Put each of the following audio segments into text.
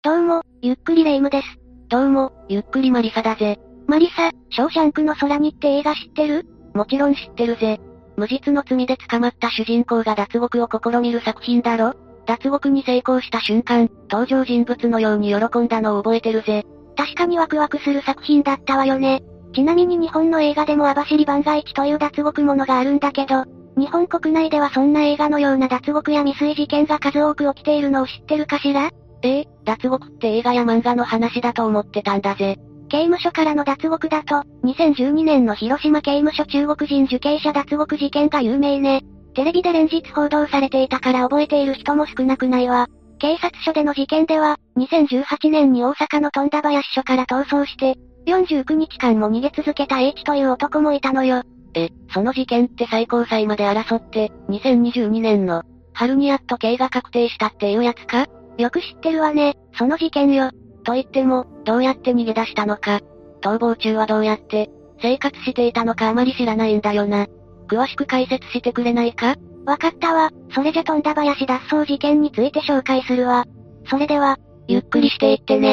どうも、ゆっくりレ夢ムです。 どうも、ゆっくりマリサだぜ。 マリサ、ショーシャンクの空にって映画知ってる？ もちろん知ってるぜ。無実の罪で捕まった主人公が脱獄を試みる作品だろ？脱獄に成功した瞬間、登場人物のように喜んだのを覚えてるぜ。 確かにワクワクする作品だったわよね。ちなみに日本の映画でも網走番外地という脱獄ものがあるんだけど、日本国内ではそんな映画のような脱獄や未遂事件が数多く起きているのを知ってるかしら？ 脱獄って映画や漫画の話だと思ってたんだぜ。 刑務所からの脱獄だと、2012年の広島刑務所中国人受刑者脱獄事件が有名ね。テレビで連日報道されていたから覚えている人も少なくないわ。警察署での事件では、2018年に大阪の富田林署から逃走して、49日間も逃げ続けた H という男もいたのよ。 その事件って最高裁まで争って、2022年の春にやっと刑が確定したっていうやつか？ よく知ってるわね、その事件よ。 と言っても、どうやって逃げ出したのか、逃亡中はどうやって生活していたのかあまり知らないんだよな。詳しく解説してくれないか？ わかったわ。それじゃ富田林脱走事件について紹介するわ。それでは、 ゆっくりしていってね。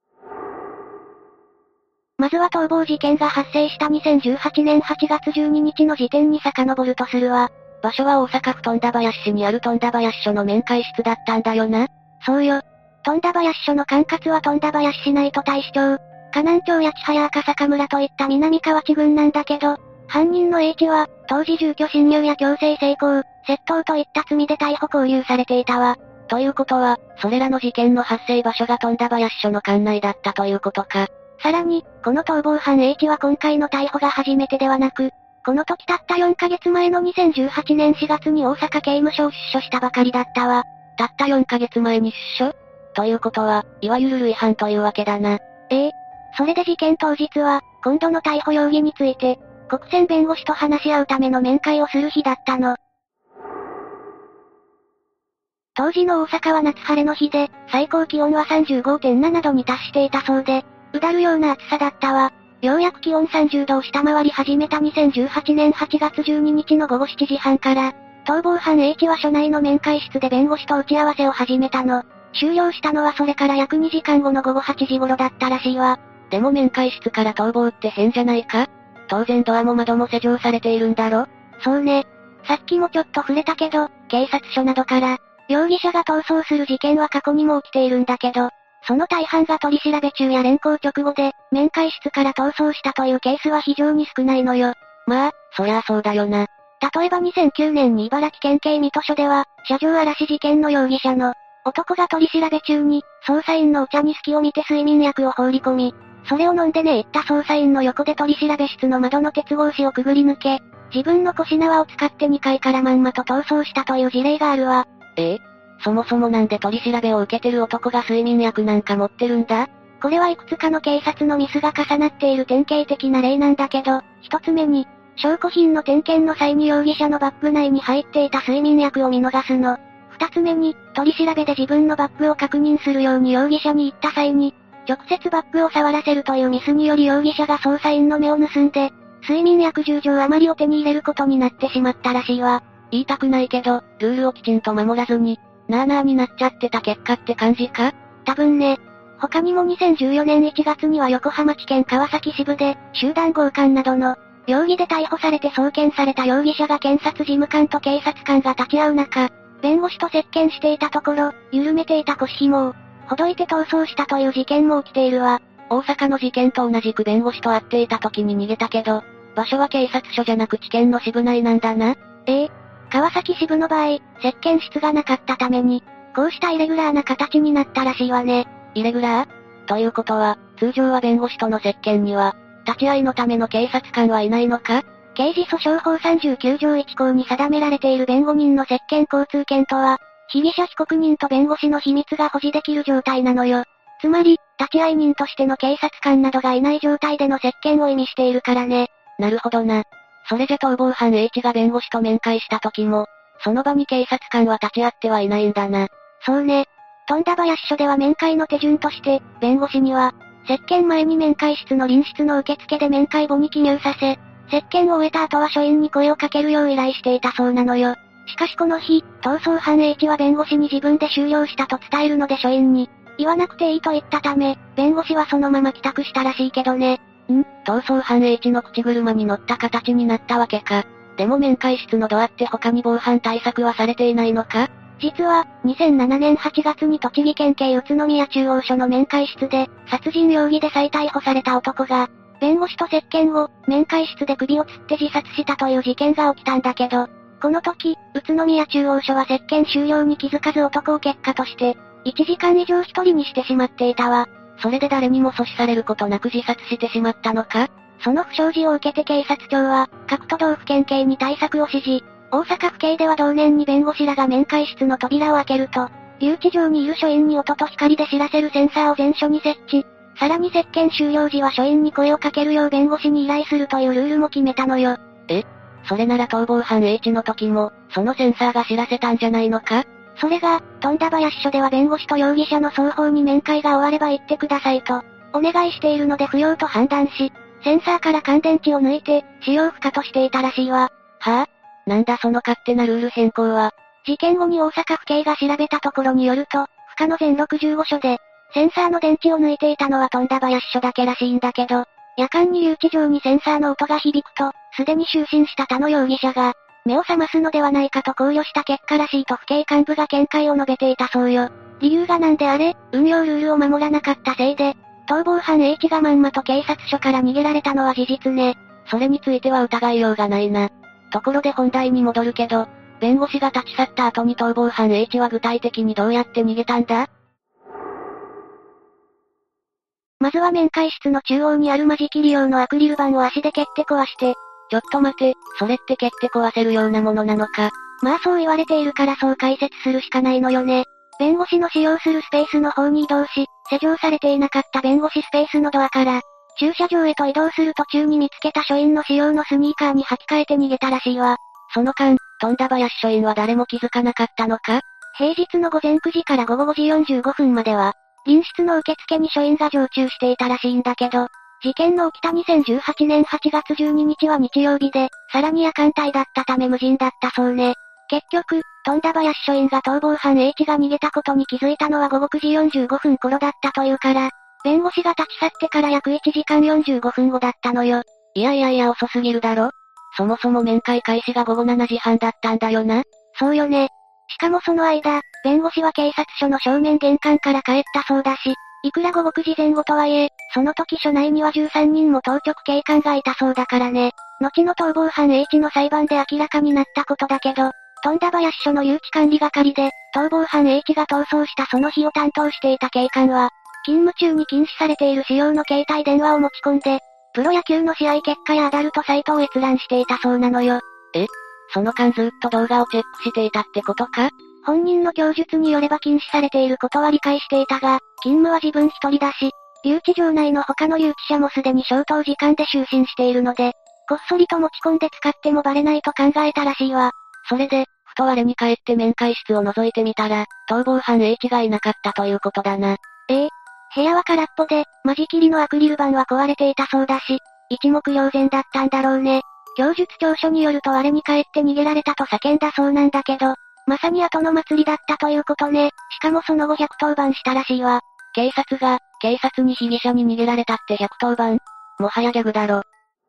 まずは逃亡事件が発生した2018年8月12日の時点に遡るとするわ。 場所は大阪府富田林市にある富田林署の面会室だったんだよな。 そうよ。富田林署の管轄は富田林市内と大使町、河南町や千早赤坂村といった南河内郡なんだけど、犯人の H は、当時住居侵入や強制性交、窃盗といった罪で逮捕勾留されていたわ。 ということは、それらの事件の発生場所が富田林署の管内だったということか。 さらに、この逃亡犯 H は今回の逮捕が初めてではなく、この時たった4ヶ月前の2018年4月に大阪刑務所を出所したばかりだったわ。 たった4ヶ月前に出所？ということは、いわゆる累犯というわけだな。 それで事件当日は、今度の逮捕容疑について、国選弁護士と話し合うための面会をする日だったの。当時の大阪は夏晴れの日で、最高気温は 35.7 度に達していたそうで、うだるような暑さだったわ。ようやく気温30度を下回り始めた2018年8月12日の午後7時半から、逃亡犯 H は署内の面会室で弁護士と打ち合わせを始めたの。終了したのはそれから約2時間後の午後8時頃だったらしいわ。 でも面会室から逃亡って変じゃないか？当然ドアも窓も施錠されているんだろ？ そうね。さっきもちょっと触れたけど、警察署などから、容疑者が逃走する事件は過去にも起きているんだけど、その大半が取り調べ中や連行直後で、面会室から逃走したというケースは非常に少ないのよ。 まあ、そりゃそうだよな。 例えば2009年に茨城県警水戸署では、車上荒らし事件の容疑者の男が取り調べ中に、捜査員のお茶に隙を見て睡眠薬を放り込み、それを飲んで寝入った捜査員の横で取り調べ室の窓の鉄格子をくぐり抜け、自分の腰縄を使って2階からまんまと逃走したという事例があるわ。 そもそもなんで取り調べを受けてる男が睡眠薬なんか持ってるんだ？ これはいくつかの警察のミスが重なっている典型的な例なんだけど、一つ目に、証拠品の点検の際に容疑者のバッグ内に入っていた睡眠薬を見逃すの。二つ目に、取り調べで自分のバッグを確認するように容疑者に言った際に、直接バッグを触らせるというミスにより容疑者が捜査員の目を盗んで、睡眠薬10錠余りを手に入れることになってしまったらしいわ。 言いたくないけど、ルールをきちんと守らずに、なあなあになっちゃってた結果って感じか？ 多分ね。他にも2014年1月には横浜地検川崎支部で、集団強姦などの、容疑で逮捕されて送検された容疑者が検察事務官と警察官が立ち会う中、弁護士と接見していたところ、緩めていた腰紐を、ほどいて逃走したという事件も起きているわ。 大阪の事件と同じく弁護士と会っていた時に逃げたけど、場所は警察署じゃなく地検の支部内なんだな。 川崎支部の場合、接見室がなかったために、こうしたイレギュラーな形になったらしいわね。 イレギュラー？ということは、通常は弁護士との接見には、立ち会いのための警察官はいないのか？ 刑事訴訟法39条1項に定められている弁護人の接見交通権とは、被疑者被告人と弁護士の秘密が保持できる状態なのよ。つまり、立ち会い人としての警察官などがいない状態での接見を意味しているからね。 なるほどな。それじゃ逃亡犯 H が弁護士と面会した時も、その場に警察官は立ち会ってはいないんだな。 そうね。富田林署では面会の手順として、弁護士には、接見前に面会室の臨室の受付で面会簿に記入させ、接見を終えた後は署員に声をかけるよう依頼していたそうなのよ。しかしこの日、逃走犯 H は弁護士に自分で終了したと伝えるので署員に、 言わなくていいと言ったため、弁護士はそのまま帰宅したらしいけどね。 逃走犯 H の口車に乗った形になったわけか。でも面会室のドアって他に防犯対策はされていないのか？ 実は、2007年8月に栃木県警宇都宮中央署の面会室で、殺人容疑で再逮捕された男が、弁護士と接見後、面会室で首を吊って自殺したという事件が起きたんだけど、この時、宇都宮中央署は接見終了に気づかず男を結果として、1時間以上一人にしてしまっていたわ。 それで誰にも阻止されることなく自殺してしまったのか？ その不祥事を受けて警察庁は、各都道府県警に対策を指示。大阪府警では同年に弁護士らが面会室の扉を開けると、留置場にいる署員に音と光で知らせるセンサーを全署に設置。さらに接見終了時は署員に声をかけるよう弁護士に依頼するというルールも決めたのよ。 それなら逃亡犯 H の時も、そのセンサーが知らせたんじゃないのか？ それが、富田林署では弁護士と容疑者の双方に面会が終われば行ってくださいと、お願いしているので不要と判断し、センサーから乾電池を抜いて、使用不可としていたらしいわ。 はぁ？なんだその勝手なルール変更は。 事件後に大阪府警が調べたところによると、不可の全65署で、センサーの電池を抜いていたのは富田林署だけらしいんだけど、夜間に留置場にセンサーの音が響くと、すでに就寝した他の容疑者が、目を覚ますのではないかと考慮した結果らしいと府警幹部が見解を述べていたそうよ。理由がなんであれ、運用ルールを守らなかったせいで、逃亡犯 H がまんまと警察署から逃げられたのは事実ね。 それについては疑いようがないな。ところで本題に戻るけど、弁護士が立ち去った後に逃亡犯 H は具体的にどうやって逃げたんだ？ まずは面会室の中央にある間仕切り用のアクリル板を足で蹴って壊して、 ちょっと待て、それって蹴って壊せるようなものなのか？ まあそう言われているからそう解説するしかないのよね。弁護士の使用するスペースの方に移動し、施錠されていなかった弁護士スペースのドアから、駐車場へと移動する途中に見つけた署員の使用のスニーカーに履き替えて逃げたらしいわ。 その間、富田林署員は誰も気づかなかったのか？ 平日の午前9時から午後5時45分までは、隣室の受付に署員が常駐していたらしいんだけど、事件の起きた2018年8月12日は日曜日で、さらに夜間帯だったため無人だったそうね。結局、富田林署員が逃亡犯 H が逃げたことに気づいたのは午後9時45分頃だったというから、弁護士が立ち去ってから約1時間45分後だったのよ。 いや遅すぎるだろ？そもそも面会開始が午後7時半だったんだよな？ そうよね。しかもその間、弁護士は警察署の正面玄関から帰ったそうだし、いくら午後9時前後とはいえ、その時署内には13人も当直警官がいたそうだからね。後の逃亡犯 H の裁判で明らかになったことだけど、富田林署の誘致管理係で、逃亡犯 H が逃走したその日を担当していた警官は、勤務中に禁止されている使用の携帯電話を持ち込んで、プロ野球の試合結果やアダルトサイトを閲覧していたそうなのよ。 その間ずっと動画をチェックしていたってことか？ 本人の供述によれば禁止されていることは理解していたが、勤務は自分一人だし、留置場内の他の留置者もすでに消灯時間で就寝しているので、こっそりと持ち込んで使ってもバレないと考えたらしいわ。 それで、ふと我に返って面会室を覗いてみたら、逃亡犯 H がいなかったということだな。 部屋は空っぽで、間仕切りのアクリル板は壊れていたそうだし、一目瞭然だったんだろうね。供述調書によると我に返って逃げられたと叫んだそうなんだけど、まさに後の祭りだったということね。しかもその後110番したらしいわ。 警察に被疑者に逃げられたって110番？もはやギャグだろ。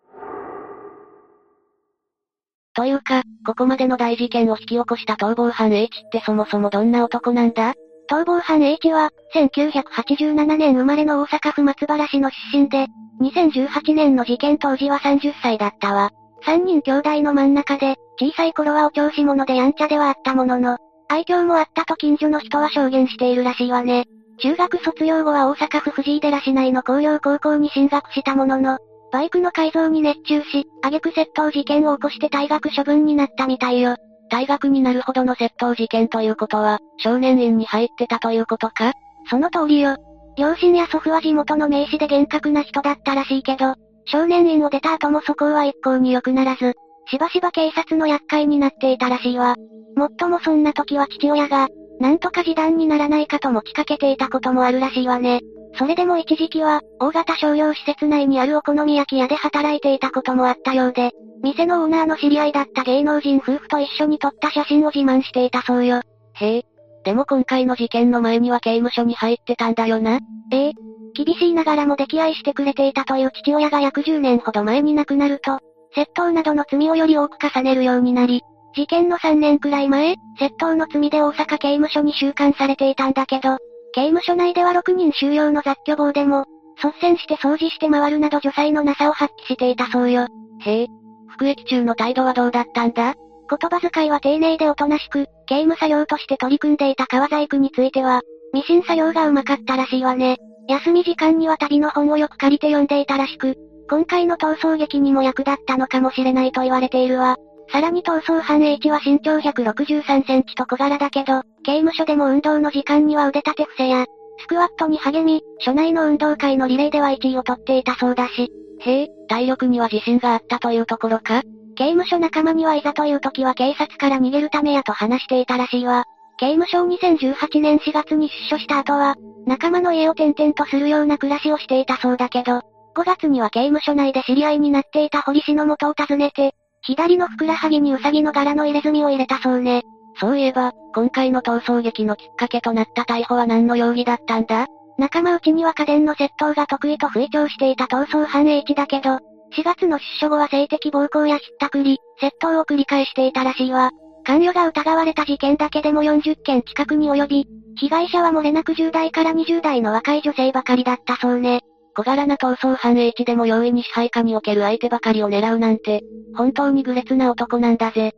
というか、ここまでの大事件を引き起こした逃亡犯 H ってそもそもどんな男なんだ？ 逃亡犯 H は、1987年生まれの大阪府松原市の出身で、2018年の事件当時は30歳だったわ。3人兄弟の真ん中で、小さい頃はお調子者でやんちゃではあったものの、愛嬌もあったと近所の人は証言しているらしいわね。中学卒業後は大阪府藤井寺市内の工業高校に進学したものの、バイクの改造に熱中し、挙句窃盗事件を起こして退学処分になったみたいよ。 退学になるほどの窃盗事件ということは、少年院に入ってたということか？ その通りよ。両親や祖父は地元の名士で厳格な人だったらしいけど、少年院を出た後も素行は一向に良くならず、しばしば警察の厄介になっていたらしいわ。もっともそんな時は父親が、なんとか示談にならないかと持ちかけていたこともあるらしいわね。それでも一時期は、大型商業施設内にあるお好み焼き屋で働いていたこともあったようで、店のオーナーの知り合いだった芸能人夫婦と一緒に撮った写真を自慢していたそうよ。 へえ、 でも今回の事件の前には刑務所に入ってたんだよな。 厳しいながらも溺愛してくれていたという父親が約10年ほど前に亡くなると、窃盗などの罪をより多く重ねるようになり、事件の3年くらい前、窃盗の罪で大阪刑務所に収監されていたんだけど、刑務所内では6人収容の雑居房でも、率先して掃除して回るなど女才のなさを発揮していたそうよ。 へえ。服役中の態度はどうだったんだ？ 言葉遣いは丁寧でおとなしく、刑務作業として取り組んでいた革細工については、ミシン作業がうまかったらしいわね。休み時間には旅の本をよく借りて読んでいたらしく、今回の逃走劇にも役立ったのかもしれないと言われているわ。さらに逃走犯 H は身長163センチと小柄だけど、刑務所でも運動の時間には腕立て伏せや、スクワットに励み、所内の運動会のリレーでは1位を取っていたそうだし。 へえ、体力には自信があったというところか？ 刑務所仲間にはいざという時は警察から逃げるためやと話していたらしいわ。刑務所を2018年4月に出所した後は、仲間の家を転々とするような暮らしをしていたそうだけど、5月には刑務所内で知り合いになっていた堀氏の元を訪ねて、左のふくらはぎにウサギの柄の入れ墨を入れたそうね。 そういえば、今回の逃走劇のきっかけとなった逮捕は何の容疑だったんだ？ 仲間内には家電の窃盗が得意と吹聴していた逃走犯 H だけど、4月の出所後は性的暴行やひったくり、窃盗を繰り返していたらしいわ。関与が疑われた事件だけでも40件近くに及び、被害者は漏れなく10代から20代の若い女性ばかりだったそうね。 小柄な逃走犯 H でも容易に支配下における相手ばかりを狙うなんて、本当に愚劣な男なんだぜ。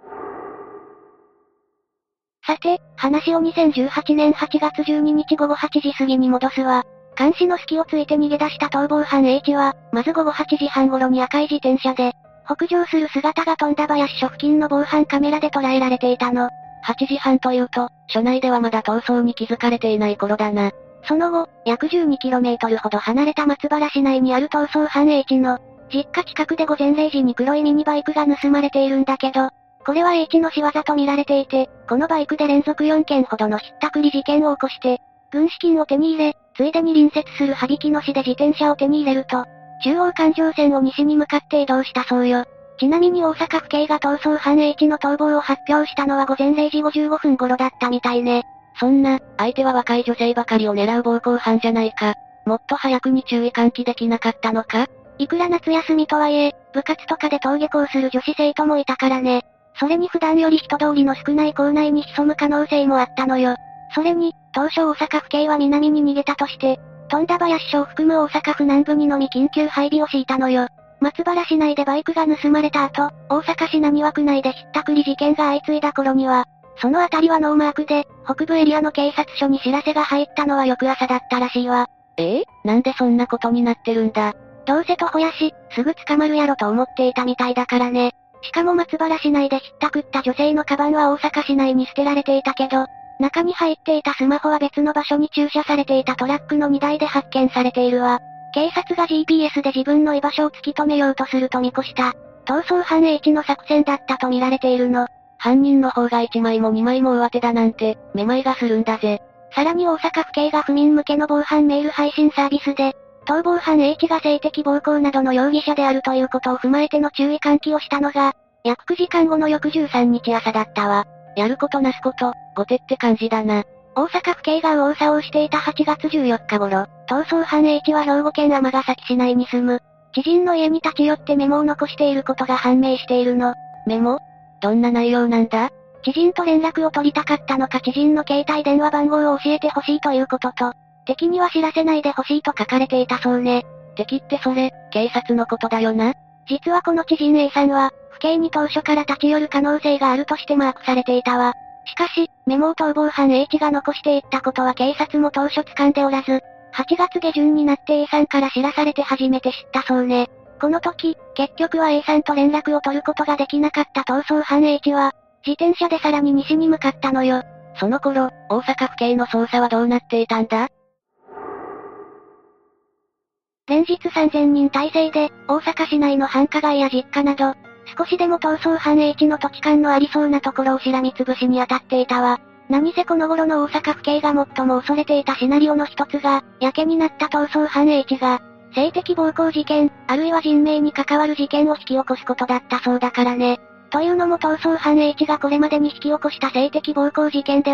さて、話を2018年8月12日午後8時過ぎに戻すわ。監視の隙をついて逃げ出した逃亡犯 H は、まず午後8時半頃に赤い自転車で、北上する姿が富田林署付近の防犯カメラで捉えられていたの。 8時半というと、署内ではまだ逃走に気づかれていない頃だな。 その後、約 12km ほど離れた松原市内にある逃走犯 H の、実家近くで午前0時に黒いミニバイクが盗まれているんだけど、これは H の仕業と見られていて、このバイクで連続4件ほどのひったくり事件を起こして、軍資金を手に入れ、ついでに隣接する羽曳野市で自転車を手に入れると、中央環状線を西に向かって移動したそうよ。ちなみに大阪府警が逃走犯 H の逃亡を発表したのは午前0時55分頃だったみたいね。 そんな、相手は若い女性ばかりを狙う暴行犯じゃないか。もっと早くに注意喚起できなかったのか？ いくら夏休みとはいえ、部活とかで登下校する女子生徒もいたからね。それに普段より人通りの少ない校内に潜む可能性もあったのよ。それに、当初大阪府警は南に逃げたとして、富田林署を含む大阪府南部にのみ緊急配備を敷いたのよ。松原市内でバイクが盗まれた後、大阪市浪速区内でひったくり事件が相次いだ頃には、そのあたりはノーマークで、北部エリアの警察署に知らせが入ったのは翌朝だったらしいわ。 なんでそんなことになってるんだ？ どうせ徒歩やし、すぐ捕まるやろと思っていたみたいだからね。しかも松原市内でひったくった女性のカバンは大阪市内に捨てられていたけど、中に入っていたスマホは別の場所に駐車されていたトラックの荷台で発見されているわ。警察が GPS で自分の居場所を突き止めようとすると見越した、逃走犯 H の作戦だったと見られているの。 犯人の方が1枚も2枚も上手だなんて、めまいがするんだぜ。 さらに大阪府警が府民向けの防犯メール配信サービスで、逃亡犯 H が性的暴行などの容疑者であるということを踏まえての注意喚起をしたのが、約9時間後の翌13日朝だったわ。 やることなすこと、後手って感じだな。 大阪府警が右往左往していた8月14日頃、逃走犯 H は兵庫県尼崎市内に住む、知人の家に立ち寄ってメモを残していることが判明しているの。 メモ？どんな内容なんだ？ 知人と連絡を取りたかったのか知人の携帯電話番号を教えてほしいということと、敵には知らせないでほしいと書かれていたそうね。 敵ってそれ、警察のことだよな？ 実はこの知人 A さんは、府警に当初から立ち寄る可能性があるとしてマークされていたわ。しかし、メモを逃亡犯 H が残していったことは警察も当初掴んでおらず、8月下旬になって A さんから知らされて初めて知ったそうね。この時、結局は A さんと連絡を取ることができなかった逃走犯 H は、自転車でさらに西に向かったのよ。 その頃、大阪府警の捜査はどうなっていたんだ？ 連日3000人体制で、大阪市内の繁華街や実家など、少しでも逃走犯 H の土地勘のありそうなところをしらみつぶしに当たっていたわ。何せこの頃の大阪府警が最も恐れていたシナリオの一つが、やけになった逃走犯 H が、性的暴行事件、あるいは人命に関わる事件を引き起こすことだったそうだからね。というのも逃走犯 H がこれまでに引き起こした性的暴行事件では、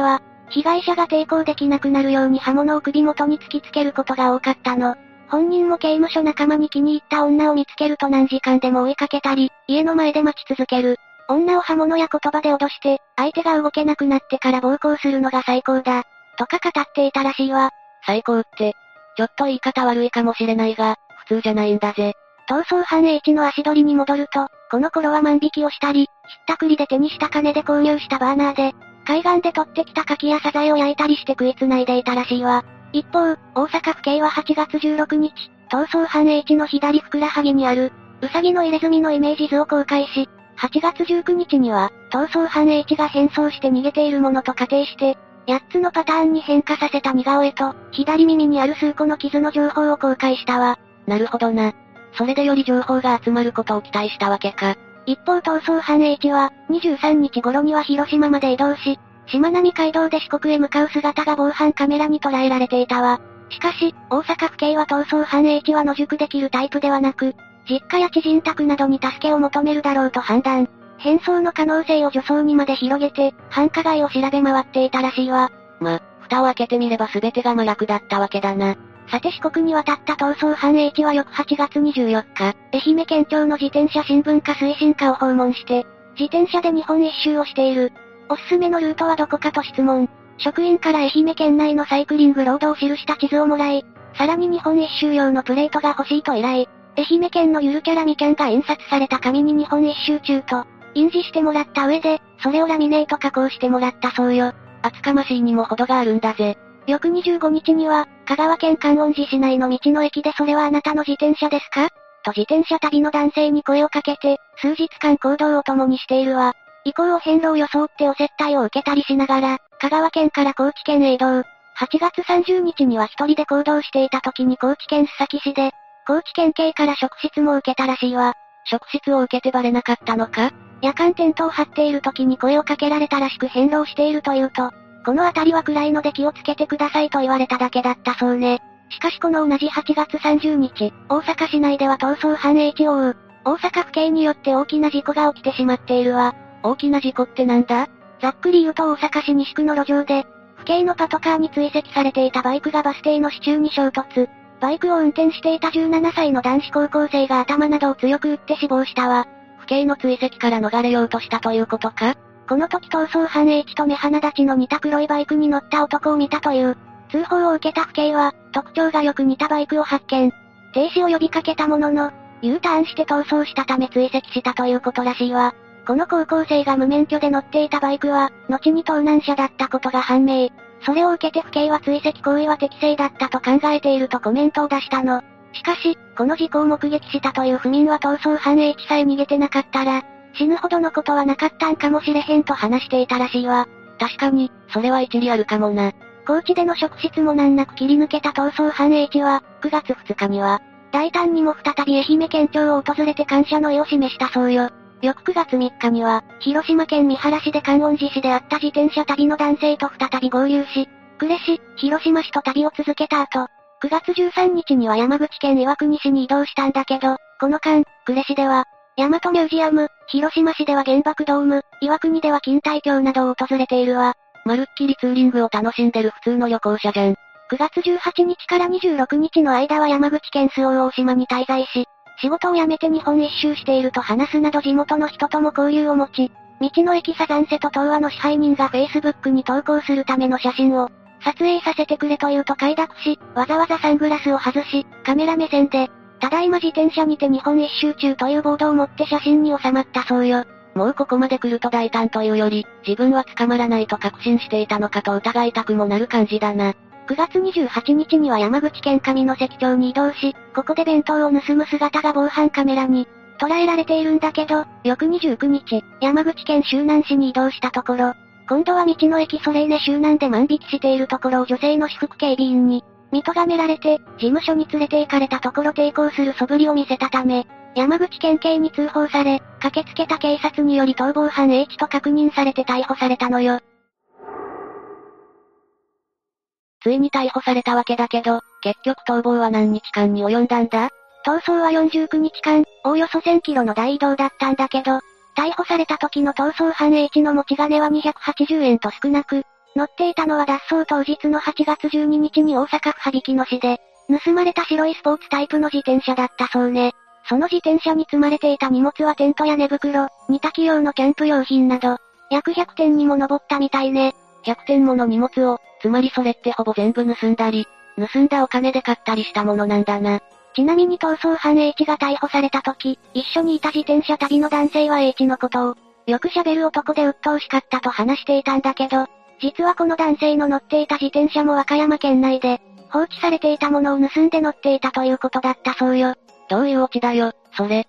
被害者が抵抗できなくなるように刃物を首元に突きつけることが多かったの。本人も刑務所仲間に気に入った女を見つけると何時間でも追いかけたり、家の前で待ち続ける。女を刃物や言葉で脅して、相手が動けなくなってから暴行するのが最高だ。とか語っていたらしいわ。 最高って、ちょっと言い方悪いかもしれないが、普通じゃないんだぜ。 逃走犯 H の足取りに戻ると、この頃は万引きをしたり、ひったくりで手にした金で購入したバーナーで、海岸で取ってきた牡蠣やサザエを焼いたりして食いつないでいたらしいわ。一方、大阪府警は8月16日、逃走犯 H の左ふくらはぎにある、ウサギの入れ墨のイメージ図を公開し、8月19日には、逃走犯 H が変装して逃げているものと仮定して、8つのパターンに変化させた似顔絵と、左耳にある数個の傷の情報を公開したわ。 なるほどな。それでより情報が集まることを期待したわけか。 一方逃走犯 H は、23日頃には広島まで移動し、しまなみ海道で四国へ向かう姿が防犯カメラに捉えられていたわ。しかし、大阪府警は逃走犯 H は野宿できるタイプではなく、実家や知人宅などに助けを求めるだろうと判断。変装の可能性を女装にまで広げて、繁華街を調べ回っていたらしいわ。 蓋を開けてみれば全てが麻薬だったわけだな。 さて四国に渡った逃走犯 H は翌8月24日、愛媛県庁の自転車新聞課推進課を訪問して、自転車で日本一周をしている。おすすめのルートはどこかと質問。職員から愛媛県内のサイクリングロードを記した地図をもらい、さらに日本一周用のプレートが欲しいと依頼。愛媛県のゆるキャラみきゃんが印刷された紙に日本一周中と、印字してもらった上で、それをラミネート加工してもらったそうよ。 厚かましいにも程があるんだぜ。 翌25日には、香川県観音寺市内の道の駅でそれはあなたの自転車ですかと自転車旅の男性に声をかけて、数日間行動を共にしているわ。以降を変路を装ってお接待を受けたりしながら、香川県から高知県へ移動。8月30日には一人で行動していた時に高知県須崎市で、高知県警から職質も受けたらしいわ。 職質を受けてバレなかったのか？ 夜間テントを張っている時に声をかけられたらしく変路をしているというと、この辺りは暗いので気をつけてくださいと言われただけだったそうね。しかしこの同じ8月30日、大阪市内では逃走犯 HO、大阪府警によって大きな事故が起きてしまっているわ。 大きな事故ってなんだ？ ざっくり言うと大阪市西区の路上で、府警のパトカーに追跡されていたバイクがバス停の支柱に衝突。バイクを運転していた17歳の男子高校生が頭などを強く打って死亡したわ。 府警の追跡から逃れようとしたということか？ この時逃走犯 H と目鼻立ちの似た黒いバイクに乗った男を見たという。通報を受けた府警は、特徴がよく似たバイクを発見。停止を呼びかけたものの、U ターンして逃走したため追跡したということらしいわ。この高校生が無免許で乗っていたバイクは、後に盗難車だったことが判明。それを受けて府警は追跡行為は適正だったと考えているとコメントを出したの。しかし、この事故を目撃したという不眠は逃走犯 H さえ逃げてなかったら、死ぬほどのことはなかったんかもしれへんと話していたらしいわ。 確かに、それは一理あるかもな。 高知での職質も難なく切り抜けた逃走犯 H は、9月2日には、大胆にも再び愛媛県庁を訪れて感謝の意を示したそうよ。翌9月3日には、広島県三原市で観音寺市であった自転車旅の男性と再び合流し、呉市、広島市と旅を続けた後、9月13日には山口県岩国市に移動したんだけど、この間、呉市では、大和ミュージアム、広島市では原爆ドーム、岩国では錦帯橋などを訪れているわ。 まるっきりツーリングを楽しんでる普通の旅行者じゃん。 9月18日から26日の間は山口県周防大島に滞在し、仕事を辞めて日本一周していると話すなど地元の人とも交流を持ち、道の駅サザンセと東和の支配人が Facebook に投稿するための写真を撮影させてくれと言うと快諾し、わざわざサングラスを外し、カメラ目線で、ただいま自転車にて日本一周中というボードを持って写真に収まったそうよ。 もうここまで来ると大胆というより、自分は捕まらないと確信していたのかと疑いたくもなる感じだな。 9月28日には山口県上関町に移動し、ここで弁当を盗む姿が防犯カメラに捉えられているんだけど、翌29日、山口県周南市に移動したところ、今度は道の駅ソレイネ周南で万引きしているところを女性の私服警備員に見咎められて、事務所に連れて行かれたところ抵抗する素振りを見せたため、山口県警に通報され、駆けつけた警察により逃亡犯 H と確認されて逮捕されたのよ。 ついに逮捕されたわけだけど、結局逃亡は何日間に及んだんだ？ 逃走は49日間、おおよそ1000キロの大移動だったんだけど、逮捕された時の逃走犯 H の持ち金は280円と少なく、 乗っていたのは脱走当日の8月12日に大阪府羽曳野市で、盗まれた白いスポーツタイプの自転車だったそうね。その自転車に積まれていた荷物はテントや寝袋、煮炊き用のキャンプ用品など、約100点にも上ったみたいね。 100点もの荷物を、つまりそれってほぼ全部盗んだり、盗んだお金で買ったりしたものなんだな。 ちなみに逃走犯 H が逮捕された時、一緒にいた自転車旅の男性は H のことを、よく喋る男で鬱陶しかったと話していたんだけど、実はこの男性の乗っていた自転車も和歌山県内で、放置されていたものを盗んで乗っていたということだったそうよ。 どういうオチだよ、それ。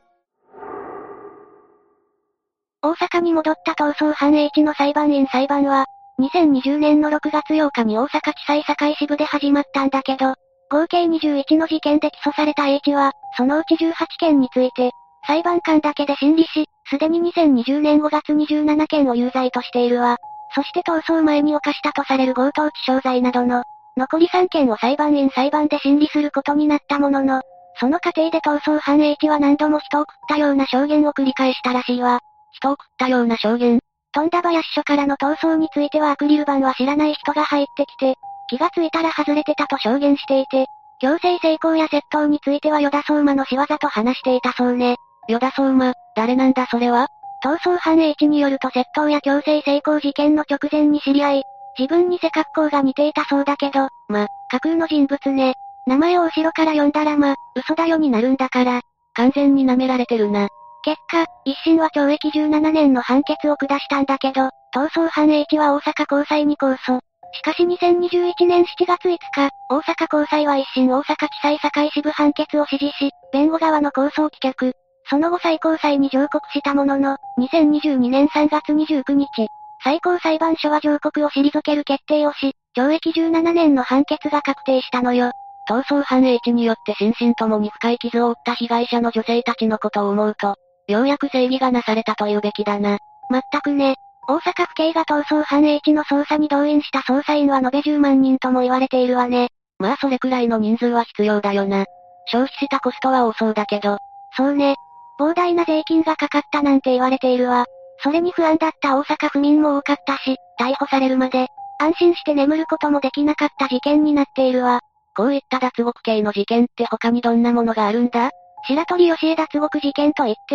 大阪に戻った逃走犯 H の裁判員裁判は、2020年の6月8日に大阪地裁堺支部で始まったんだけど、合計21の事件で起訴された H は、そのうち18件について、裁判官だけで審理し、すでに2020年5月27件を有罪としているわ。そして逃走前に犯したとされる強盗致傷罪などの、残り3件を裁判員裁判で審理することになったものの、その過程で逃走犯 H は何度も人を食ったような証言を繰り返したらしいわ。 人を食ったような証言。 富田林署からの逃走についてはアクリル板は知らない人が入ってきて、気がついたら外れてたと証言していて、強制性交や窃盗については与田相馬の仕業と話していたそうね。 与田相馬、誰なんだそれは？ 逃走犯 H によると窃盗や強制性交事件の直前に知り合い、自分に背格好が似ていたそうだけど、架空の人物ね。名前を後ろから読んだら嘘だよになるんだから。 完全に舐められてるな。 結果、一審は懲役17年の判決を下したんだけど、逃走犯 H は大阪高裁に控訴。しかし2021年7月5日、大阪高裁は一審大阪地裁堺支部判決を支持し、弁護側の控訴を棄却。その後最高裁に上告したものの、2022年3月29日、最高裁判所は上告を退ける決定をし、懲役17年の判決が確定したのよ。 逃走犯 H によって心身ともに深い傷を負った被害者の女性たちのことを思うと、ようやく正義がなされたというべきだな。 まったくね。大阪府警が逃走犯 H の捜査に動員した捜査員は延べ10万人とも言われているわね。 まあそれくらいの人数は必要だよな。消費したコストは多そうだけど。 そうね。膨大な税金がかかったなんて言われているわ。それに不安だった大阪府民も多かったし、逮捕されるまで、安心して眠ることもできなかった事件になっているわ。 こういった脱獄系の事件って他にどんなものがあるんだ？ 白鳥吉江脱獄事件といって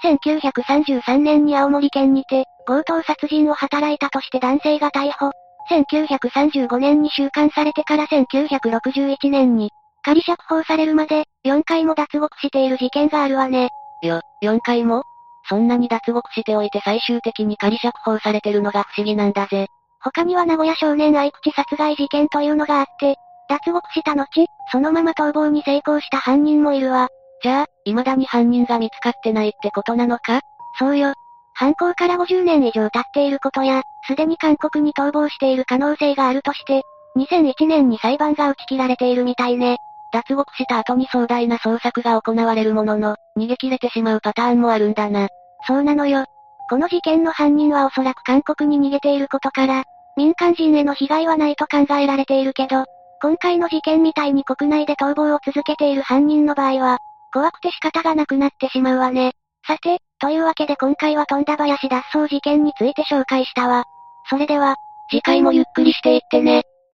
、1933年に青森県にて、強盗殺人を働いたとして男性が逮捕。1935年に収監されてから1961年に、仮釈放されるまで、4回も脱獄している事件があるわね。 4回も？そんなに脱獄しておいて最終的に仮釈放されてるのが不思議なんだぜ。 他には名古屋少年愛口殺害事件というのがあって、脱獄した後、そのまま逃亡に成功した犯人もいるわ。 じゃあ、未だに犯人が見つかってないってことなのか？ そうよ。犯行から50年以上経っていることや、すでに韓国に逃亡している可能性があるとして、2001年に裁判が打ち切られているみたいね。 脱獄した後に壮大な捜索が行われるものの、逃げ切れてしまうパターンもあるんだな。 そうなのよ。この事件の犯人はおそらく韓国に逃げていることから、民間人への被害はないと考えられているけど、今回の事件みたいに国内で逃亡を続けている犯人の場合は、怖くて仕方がなくなってしまうわね。さて、というわけで今回は富田林脱走事件について紹介したわ。それでは、 次回もゆっくりしていってね。